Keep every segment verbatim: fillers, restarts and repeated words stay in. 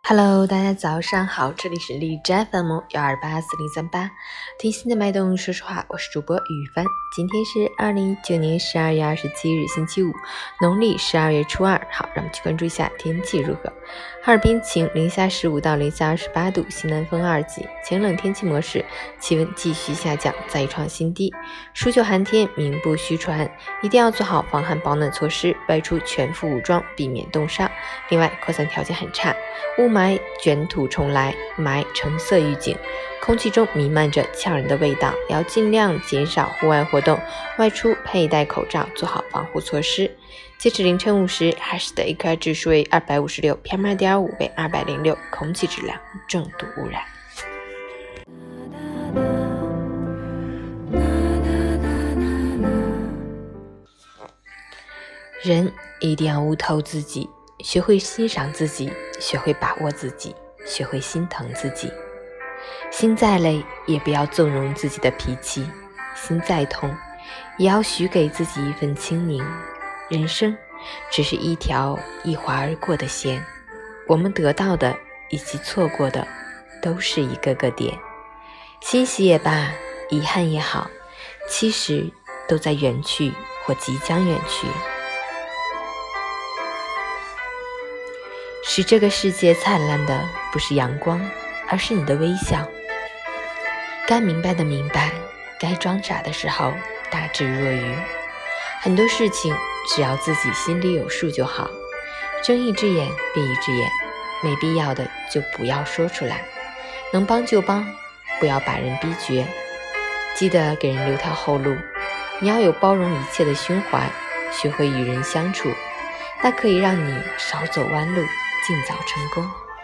Hello， 大家早上好，这里是荔枝 F M 幺二八四零三八，听心的脉动，说实话，我是主播雨帆。今天是二零一九年十二月二十七日，星期五，农历十二月初二。好，让我们去关注一下天气如何。哈尔滨晴，零下十五到零下二十八度，西南风二级，晴冷天气模式，气温继续下降，再创新低。数九寒天，名不虚传，一定要做好防寒保暖措施，外出全副武装，避免冻伤。另外，扩散条件很差，雾霾卷土重来，霾橙色预警，空气中弥漫着呛人的味道，要尽量减少户外活动，外出佩戴口罩，做好防护措施。截止凌晨五时，哈市的 A Q I 指数为二百五十六 P M 二点五 为二百零六，空气质量重度污染。人一定要悟透自己，学会欣赏自己，学会把握自己，学会心疼自己。心再累也不要纵容自己的脾气，心再痛也要许给自己一份清宁。人生只是一条一划而过的线，我们得到的以及错过的都是一个个点，欣喜也罢，遗憾也好，其实都在远去或即将远去。使这个世界灿烂的不是阳光，而是你的微笑。该明白的明白，该装傻的时候大智若愚。很多事情只要自己心里有数就好，睁一只眼闭一只眼，没必要的就不要说出来，能帮就帮，不要把人逼绝。记得给人留条后路，你要有包容一切的胸怀，学会与人相处，那可以让你少走弯路，尽早成功。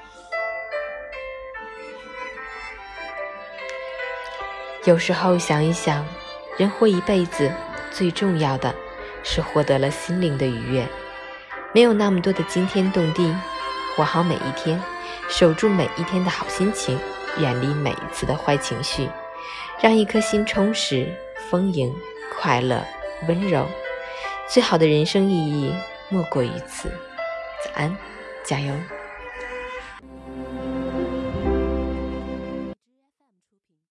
有时候想一想，人活一辈子，最重要的是获得了心灵的愉悦。没有那么多的惊天动地，活好每一天，守住每一天的好心情，远离每一次的坏情绪，让一颗心充实、丰盈、快乐、温柔。最好的人生意义莫过于此。早安，加油！